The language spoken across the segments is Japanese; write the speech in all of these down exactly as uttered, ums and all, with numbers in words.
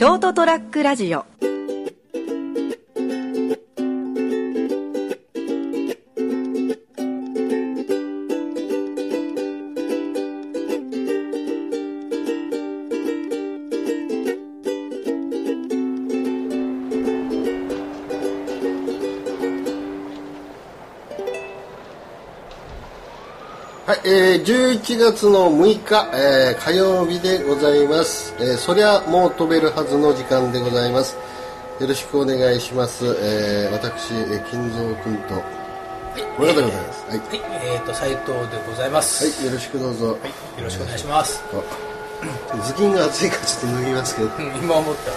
ショートトラックラジオ。 はい、えー、じゅういちがつのむいか、えー、火曜日でございます、えー、そりゃもう飛べるはずの時間でございます。よろしくお願いします。えー、私、えー、金蔵君と、はい、この方でございます。はい、はい、 えーと斉藤でございます。 はい、よろしくどうぞ。 はい、よろしくお願いします。 頭巾が暑いからちょっと脱ぎますけど今思った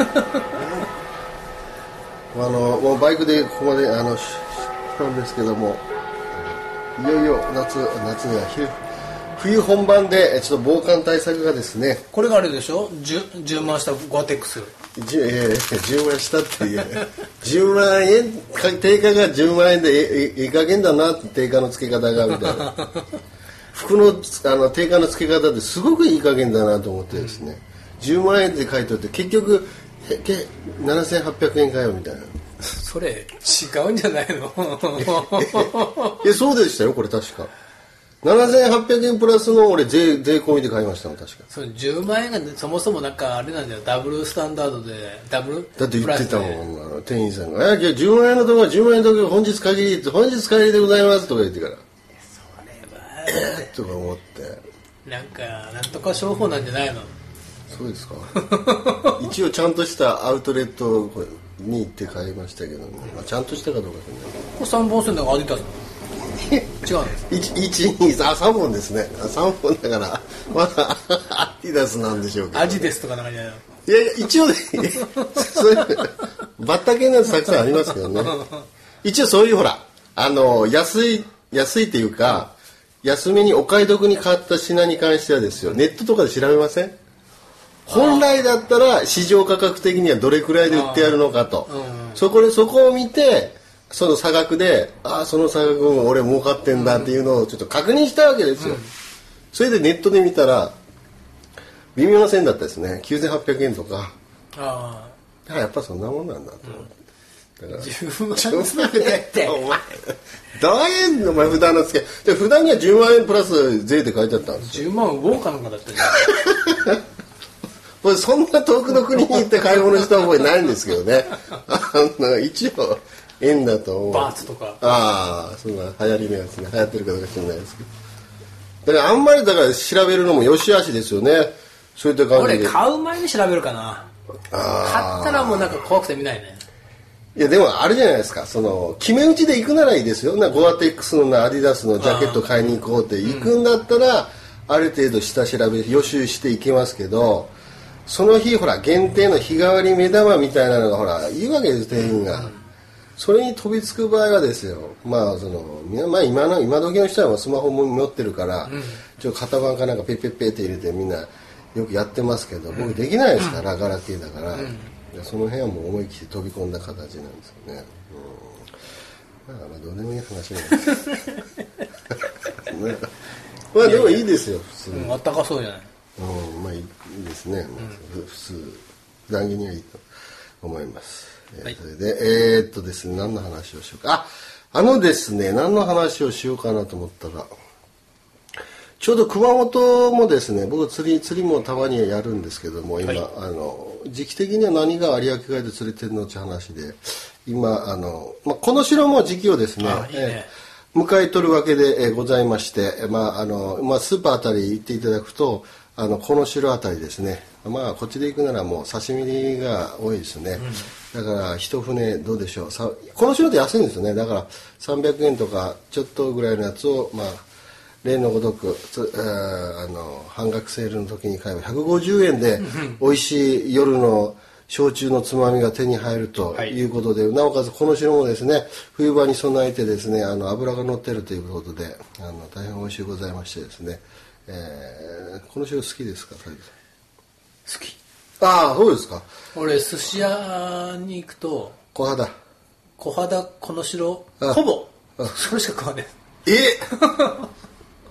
あのもうバイクでここまであの来たんですけども、いよいよ夏夏には冬冬本番でちょっと防寒対策がですね、 これがあれでしょ、じゅうまんしたゴアテックスじゅう、えー、じゅうまんしたっていうじゅうまんえん定価がじゅうまんえんでええいい加減だなって定価の付け方がみたいな服のあの定価の付け方ってすごくいい加減だなと思ってですね、うん、じゅうまんえんって書いておいて結局けななせんはっぴゃくえんかよみたいなそれ違うんじゃないのえそうでしたよ、これ確かななせんはっぴゃくえんプラスの俺 税, 税込みで買いましたの確か。 それじゅうまんえんがそもそもなんかあれなんだよ、ダブルスタンダードでダブルだって言ってたもん、店員さんが「いやじゅうまんえんのところはじゅうまんえんのところ本日限り本日限りでございます」とか言ってからそれはえー、とか思ってなんかなんとか商法なんじゃないの。 そうですか一応ちゃんとしたアウトレットに行って買いましたけど、ね、まあ、ちゃんとしたかどうかってね、 これさんぼん線だからアディダス違うんですいち、に、さん、さんぼんですね。さんぼんだからまだアディダスなんでしょうけど、 アジですとかなんかじゃないの。 いやいや一応ねそういうバッタ系のやつたくさんありますけどね一応そういうほらあの安い安いっていうか安めにお買い得に買った品に関してはですよ、ネットとかで調べません？本来だったら市場価格的にはどれくらいで売ってやるのかと、うん、そこでそこを見てその差額でああその差額も俺儲かってんだっていうのをちょっと確認したわけですよ、うん、それでネットで見たら微妙な線だったですね。きゅうせんはっぴゃくえんとか、ああやっぱそんなもんなんだと思って、うん、だからじゅうまんってお前どういうのお前札の付けで札にはじゅうまんえんプラス税って書いてあったんですよ。 じゅうまんウォーカーなんかだったじゃんこれそんな遠くの国に行って買い物した覚えないんですけどねあの一応円だと思う。 バーツとかああそんな流行りのやつね、流行ってるかどうか知らないですけど、だからあんまりだから調べるのもよしあしですよね。そういった感じで俺買う前に調べるかな。買ったらもうなんか怖くて見ないね。 いやでもあれじゃないですか、その決め打ちで行くならいいですよ。なゴアテックスのアディダスのジャケット買いに行こうって行くんだったら、うん、ある程度下調べ予習していけますけど、その日ほら限定の日替わり目玉みたいなのがほらいいわけです店員が、うん、それに飛びつく場合はですよ、まあその、まあ、今の今時の人はスマホも持ってるから、うん、ちょっと型番かなんかペッペッペって入れてみんなよくやってますけど、僕できないですから、うん、ガラケーだから、うん、その辺はもう思い切って飛び込んだ形なんですよね、うん、まあまあどうでもいい話なんですねまあでもいいですよ普通に、 うん、あったかそうじゃない。 うん、まあいいですね、うん、普通普段着にはいいと思います、はい、それでえー、っとですね何の話をしようか。ああのですね何の話をしようかなと思ったら、ちょうど熊本もですね、僕釣り釣りもたまにやるんですけども、今、はい、あの時期的には何が有明海で釣れてるのって話で、今あの、まあ、この城も時期をですね、いいね、えー、迎え取るわけで、えー、ございまして、まああのまあ、スーパーあたり行っていただくと、あのこの城あたりですね、まあこっちで行くならもう刺身が多いですね、うん、だから一船どうでしょう、さこの城って安いんですよね。だからさんびゃくえんとかちょっとぐらいのやつをまあ例のごとくあの半額セールの時に買えばひゃくごじゅうえんで美味しい夜の焼酎のつまみが手に入るということで、はい、なおかつこの城もですね冬場に備えてですねあの脂が乗ってるということであの大変美味しいございましてですね、えー、この城好きですか？好き。 ああそうですか。 俺寿司屋に行くと小肌小肌この城ほぼそれしか食わねえ。え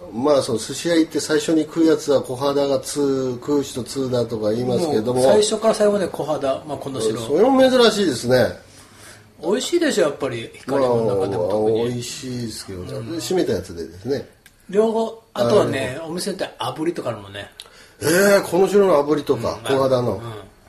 まあその寿司屋行って最初に食うやつは小肌がツー、食う人ツーだとか言いますけども、 最初から最後まで小肌、まあ、この白それも珍しいですね。 美味しいでしょやっぱり光の中でも特に、 まあ、美味しいですけど、うん、締めたやつでですね、 両方あとはねお店って炙りとかあるもんね。 ええー、この白の炙りとか、うん、小肌の、うん、ああ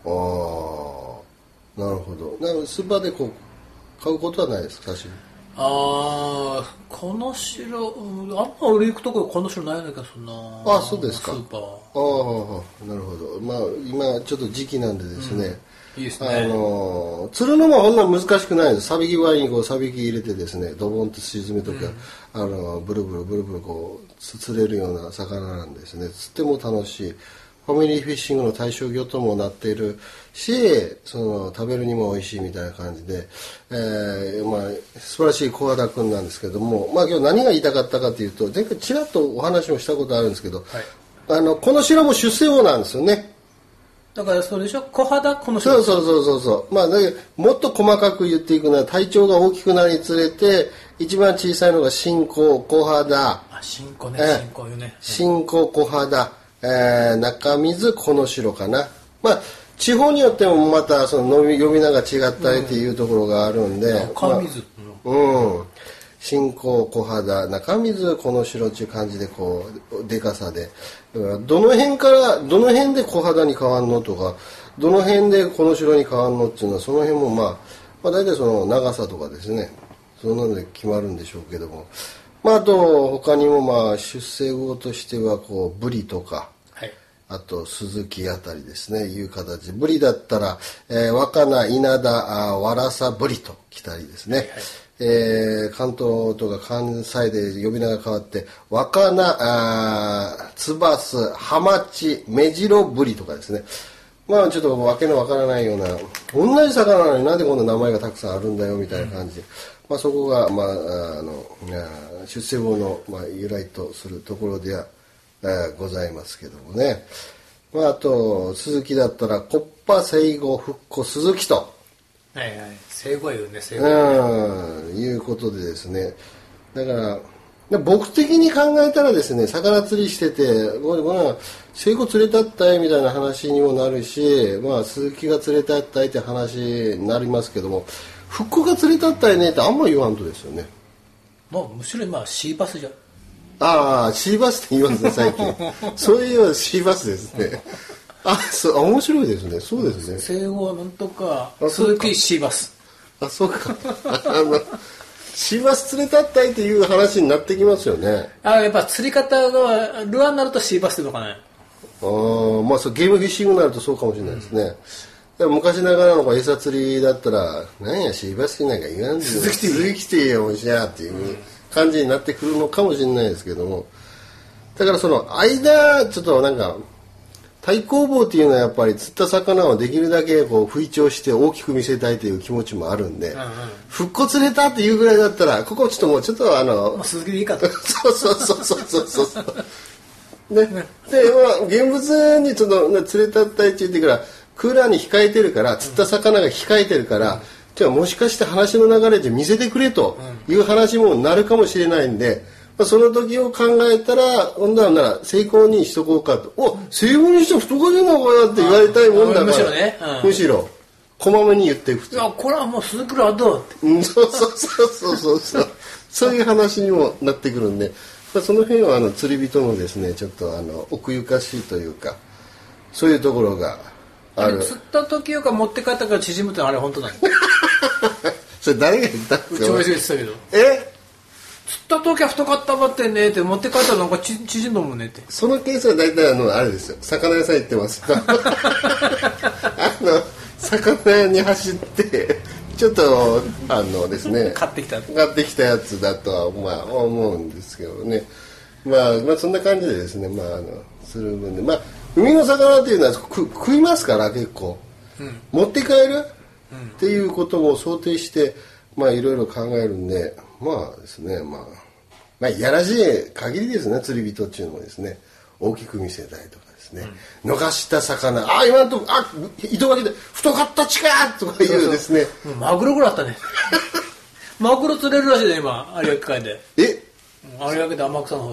なるほど。なんかスーパーでこう買うことはないですか？ ああこの白、うん、あんま売り行くところこの白ないのかそんな。 あそうですか。 スーパーああなるほど。まあ今ちょっと時期なんでですね、 うん、いいですね。 あの釣るのもこんな難しくないです。サビキワインにこうサビキ入れてですね、ドボンと沈めときは、うん、あのブルブルブルブルこう釣れるような魚なんですね。釣っても楽しい。ファミリーフィッシングの対象魚ともなっているし、その食べるにも美味しいみたいな感じで、えー、まあ素晴らしい小肌くんなんですけども、まあ今日何が言いたかったかというと、前回ちらっとお話もしたことあるんですけど、はい、あのこの白も出世魚なんですよね。 だからそうでしょ、小肌この白。 そうそうそうそう。まあだけどもっと細かく言っていくのは体長が大きくなるにつれて一番小さいのが新子小肌。 あ新子ね、 えー、 新子よね。 新子小肌。えー、中水この白かな。まあ地方によってもまたその呼び名が違ったりっていうところがあるんで、うん中水、 まあ、うん新子小肌中水この白っていう感じでこうでかさで、どの辺からどの辺で小肌に変わんのとかどの辺でこの白に変わんのっていうのはその辺もまあ、まあ大体その長さとかですねそんなので決まるんでしょうけども。まあ、あと他にもまあ出世魚としてはこうブリとか、はい、あとスズキあたりですねいう形でブリだったら、えー、若菜稲田あわらさブリと来たりですね、はいはいえー、関東とか関西で呼び名が変わって若菜あつばすハマチメジロブリとかですねまあちょっとわけのわからないような同じ魚なのになんでこんな名前がたくさんあるんだよみたいな感じで、うんまあ、そこが、まあ、あの出世魚の、まあ、由来とするところではございますけどもね、まあ、あと鈴木だったらコッパ生後復古鈴木とはいはい生後言うね生後うんいうことでですねだから僕的に考えたらですね魚釣りしてて生後釣れたったいみたいな話にもなるし、まあ、鈴木が釣れたったいって話になりますけども復古が釣れたったいねってあんま言わんとですよね。 まあむしろ今シーバスじゃん。 ああシーバスって言いますね最近。そういうシーバスですね。あそう面白いですね。そうですね。 生後なんとか鈴木シーバス。 あそうか。あのシーバス釣れたったいっていう話になってきますよね。 あやっぱ釣り方がルアーになるとシーバスっていうのかね。 ああまあそうゲームフィッシングになるとそうかもしれないですね。うん昔ながらの餌釣りだったらなんやシーバスなんか言わんでよ続きてよおしゃっていう感じになってくるのかもしれないですけどもだからその間ちょっとなんか対抗棒っていうのはやっぱり釣った魚をできるだけこう吹聴して大きく見せたいという気持ちもあるんで、うんうん、復古釣れたっていうぐらいだったらここちょっともうちょっとあの、 まあ、鈴木でいいかとそうそうそうそうそうそうね、で、まあ、現物にちょっと釣れたったいって言ってからクーラーに控えてるから釣った魚が控えてるから、うん、じゃあもしかして話の流れで見せてくれという話もなるかもしれないんで、まあ、その時を考えたら今度はなら成功にしとこうかとお成功にして太かじゃないかなって言われたいもんだからむしろね、うん、 むしろこまめに言っていくいやこれはもう鈴木ラドって、 うん、そうそうそうそうそうそうそういう話にもなってくるんで、まあ、その辺はあの釣り人のですねちょっとあの奥ゆかしいというかそういうところがある釣った時よか持って帰ったから縮むってあれ本当なのそれ誰が言ったんですかうちも言ってたけどえ釣った時は太かったばってねって持って帰ったらなんかち縮んだもんねってそのケースは大体あのあれですよ魚屋さん行ってますあの魚屋に走ってちょっとあのですね買ってきた買ってきたやつだとはまあ思うんですけどね、まあ、まあそんな感じでですねまああのする分でまあ海の魚っていうのは食いますから結構、うん、持って帰る、うん、っていうことも想定してまあいろいろ考えるんでまあですねまあまあいやらしい限りですね釣り人っていうのもですね大きく見せたいとかですね、うん、逃した魚あ今のとこあ糸がけで太かったちかとかいうですねそうそうマグロぐらいあったねマグロ釣れるらしいね今有明海でえ有明で天草の方で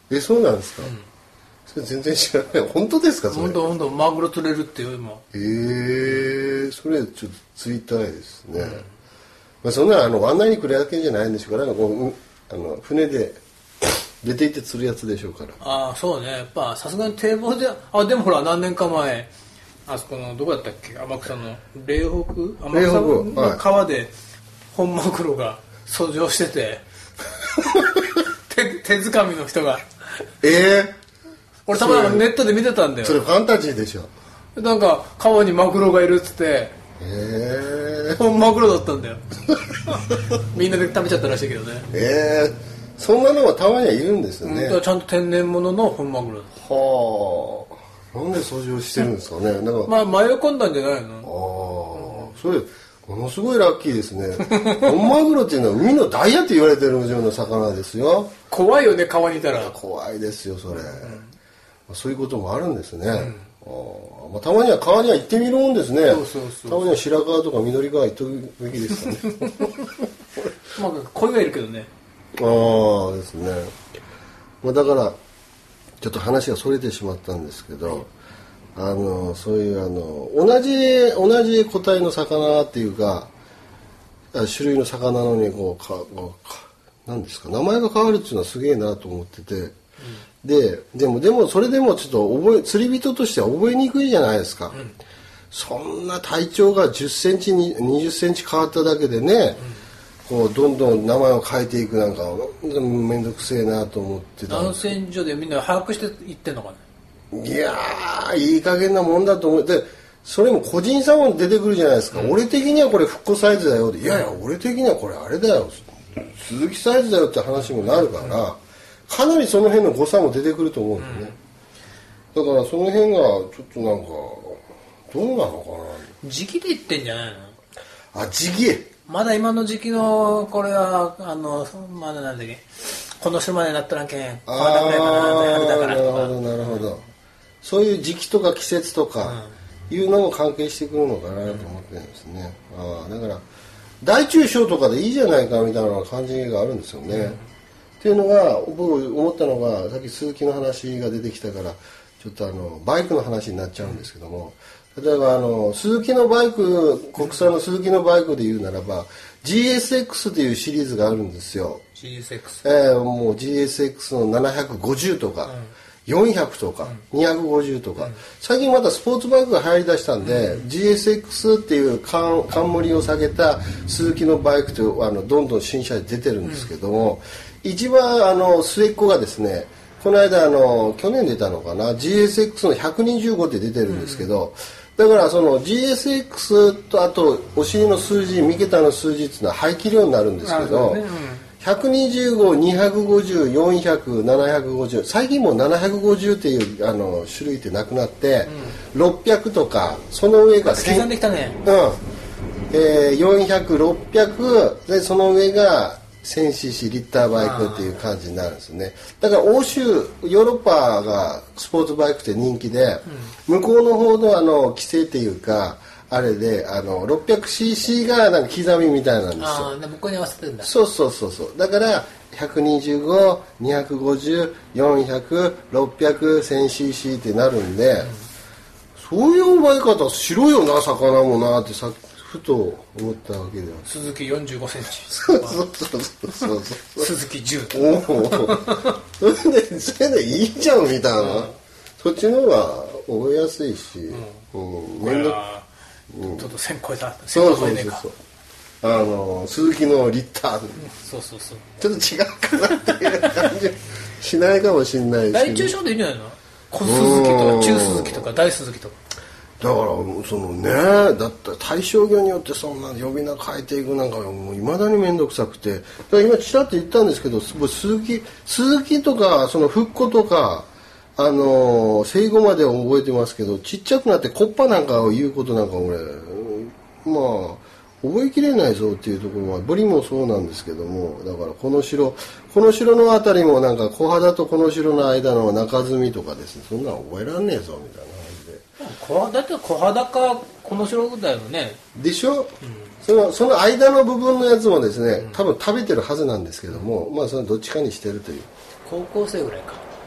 え、そうなんですか、うん、それ全然知らない。本当ですかそれ。 本当本当マグロ釣れるってよ今。 えー、それちょっと釣りたいですね、うん、まあ、そんなあの湾内に来るだけじゃないんでしょうから、こう、あの船で出て行って釣るやつでしょうから。 ああそうね、やっぱさすがに堤防で、あでもほら何年か前あそこのどこだったっけ、天草の嶺北天草の川で本マグロが遡上してて手, 手づかみの人がええー、 俺たまたまネットで見てたんだよ。 それファンタジーでしょ。 なんか川にマグロがいるっつって、 えー、 本マグロだったんだよみんなで食べちゃったらしいけどね。 ええー、そんなのがたまにはいるんですよね、 うん、ちゃんと天然物の本マグロ。 はあ、なんで掃除をしてるんですかね。なんかまあ迷い込んだんじゃないの。 ああ、それものすごいラッキーですね。本マグロっていうのは海のダイヤって言われてるような魚ですよ。 怖いよね、川にいたら。 怖いですよそれ、うん、まあ、そういうこともあるんですね、うん、あ、まあ、たまには川には行ってみるもんですね。 そうそうそう、 たまには白川とか緑川行っとくべきですかねまあ鯉はいるけどね。 ああですね、まあ、だからちょっと話がそれてしまったんですけど、あのそういうあの同じ同じ個体の魚っていうか種類の魚なのにこうかこうかなんですか名前が変わるっていうのはすげえなと思ってて、うん、ででもでもそれでもちょっと覚え釣り人としては覚えにくいじゃないですか、うん、そんな体長がじゅっセンチににじゅっセンチ変わっただけでね、うん、こうどんどん名前を変えていくなんかめんどくせえなと思ってた。 何センチ所でみんな把握していってんのかね。 いやーいい加減なもんだと思って、それも個人差も出てくるじゃないですか、うん、俺的にはこれ復古サイズだよ、いやいや俺的にはこれあれだよ鈴木サイズだよって話もなるから、うん、かなりその辺の誤差も出てくると思うんだよね、うん、だからその辺がちょっとなんかどうなのかな。 時期で言ってんじゃないの。 あ、時期まだ今の時期のこれはあのまだなんだっけこの週までなったらけんこれだぐらいかな春だからとか。 なるほどなるほど、うん、そういう時期とか季節とかいうのも関係してくるのかなと思ってるんですね、うん、あだから大中小とかでいいじゃないかみたいな感じがあるんですよね、うん、っていうのが僕思ったのがさっき鈴木の話が出てきたからちょっとあのバイクの話になっちゃうんですけども、例えばあの鈴木のバイク国産の鈴木のバイクで言うならば ジーエスエックス というシリーズがあるんですよ。 ジーエスエックス、 えー、もう ジーエスエックス のななひゃくごじゅうとか、うん、よんひゃくとか、うん、にひゃくごじゅうとか、うん、最近またスポーツバイクが流行りだしたんで、うん、ジーエスエックス っていう冠冠を下げた鈴木のバイクとあのどんどん新車で出てるんですけども、うん、一番あの末っ子がですねこの間あの去年出たのかな ジーエスエックス のひゃくにじゅうごって出てるんですけど、うん、だからその ジーエスエックス とあとお尻の数字三桁の数字っていうのは排気量になるんですけど、ね、うん、ひゃくにじゅうご、にひゃくごじゅう、よんひゃく、ななひゃくごじゅう最近もうななひゃくごじゅうっていうあの種類ってなくなって、うん、ろっぴゃくとかその上が刻んできたね、 うんえー、よんひゃく、ろっぴゃくでその上が せんシーシー リッターバイクっていう感じになるんですね。だから欧州ヨーロッパがスポーツバイクって人気で、うん、向こうの方のあの規制っていうかあれであの ろっぴゃくシーシー がなんか刻みみたいなんですよ。 ああ、向こうに合わせてるんだ。 そうそうそうそう。だからひゃくにじゅうご、にひゃくごじゅう、よんひゃく、ろっぴゃく、せんシーシー ってなるんで、うん、そういう覚え方しろよな魚もなってさふと思ったわけでは。 鈴木よんじゅうごセンチ。 そうそうそうそうそう。 鈴木じゅうと。 おお。それでそれでいいじゃんみたいな。うん、そっちの方が覚えやすいし、うん、 うん、面倒。うん、ちょっと線超えた。 そうそうそうそう。あの鈴木のリッター、うん、 そうそうそう。 ちょっと違うかなっていう感じしないかもしれないし、ね。 大中小でいいんじゃないの？小鈴木とか中鈴木とか大鈴木とか。 だからそのね、だって対象魚によってそんな呼び名変えていくなんかもういまだに面倒くさくて、だから今ちらっと言ったんですけど、鈴木鈴木とかその復古とか。あのー、生後までは覚えてますけどちっちゃくなってコッパなんかを言うことなんか俺まあ覚えきれないぞっていうところはブリもそうなんですけども、だからこの城この城のあたりもなんか小肌とこの城の間の中積みとかですね、そんなの覚えらんねえぞみたいな感じで。だって小肌かこの城だよね。 でしょ、うん、そのその間の部分のやつもですね、多分食べてるはずなんですけども、まあそのどっちかにしてるという。 高校生ぐらいか。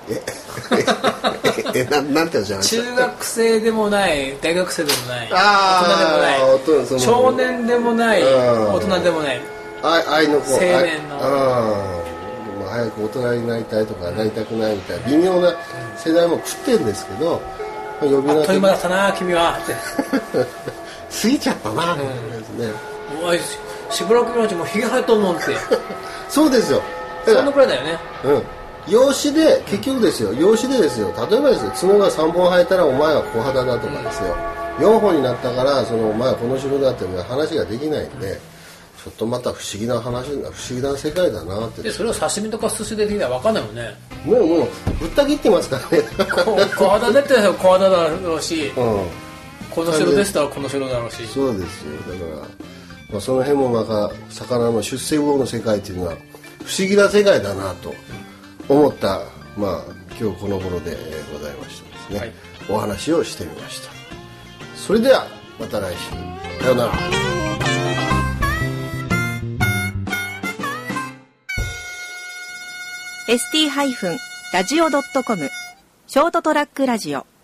ええななんておっしゃいました？ 中学生でもない大学生でもないあ大人でもない少年でもない大人でもない愛の子青年のあ早く大人になりたいとかなりたくないみたいな微妙な世代も食ってるんですけど、 呼び名あっという間だったな君はって過ぎちゃったなってですね。 おいしばらくのうちもうひげ生えとんもんってそうですよ。 そのくらいだよね。 うん。養子で結局ですよ、養子でですよ、例えばですよ、角がさんぼん生えたらお前は小肌だとかですよ、うん、よんほんになったからそのお前はこの城だって話ができないんで、うん、ちょっとまた不思議な話、不思議な世界だなって。 でそれを刺身とか寿司で的には分かんないもんね。 もうもうぶった切ってますからね。 小肌でって小肌だろうし、うん、この城ですとはこの城だろうし。 そうですよ。だから、まあ、その辺もまた魚の出世魚の世界っていうのは不思議な世界だなと思った、まあ、今日この頃でございましたですね、はい、お話をしてみました。それではまた来週、さようなら。 エスティー ラジオ ドットコム ショートトラックラジオ